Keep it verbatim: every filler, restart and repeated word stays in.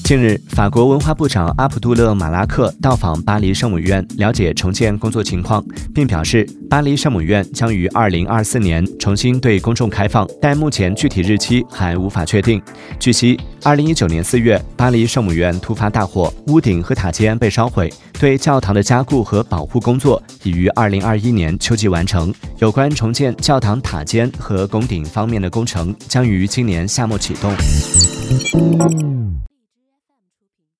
近日，法国文化部长阿卜杜勒·马拉克到访巴黎圣母院，了解重建工作情况，并表示，巴黎圣母院将于二零二四年重新对公众开放，但目前具体日期还无法确定。据悉，二零一九年四月，巴黎圣母院突发大火，屋顶和塔尖被烧毁，对教堂的加固和保护工作已于二零二一年秋季完成。有关重建教堂塔尖和拱顶方面的工程将于今年夏末启动。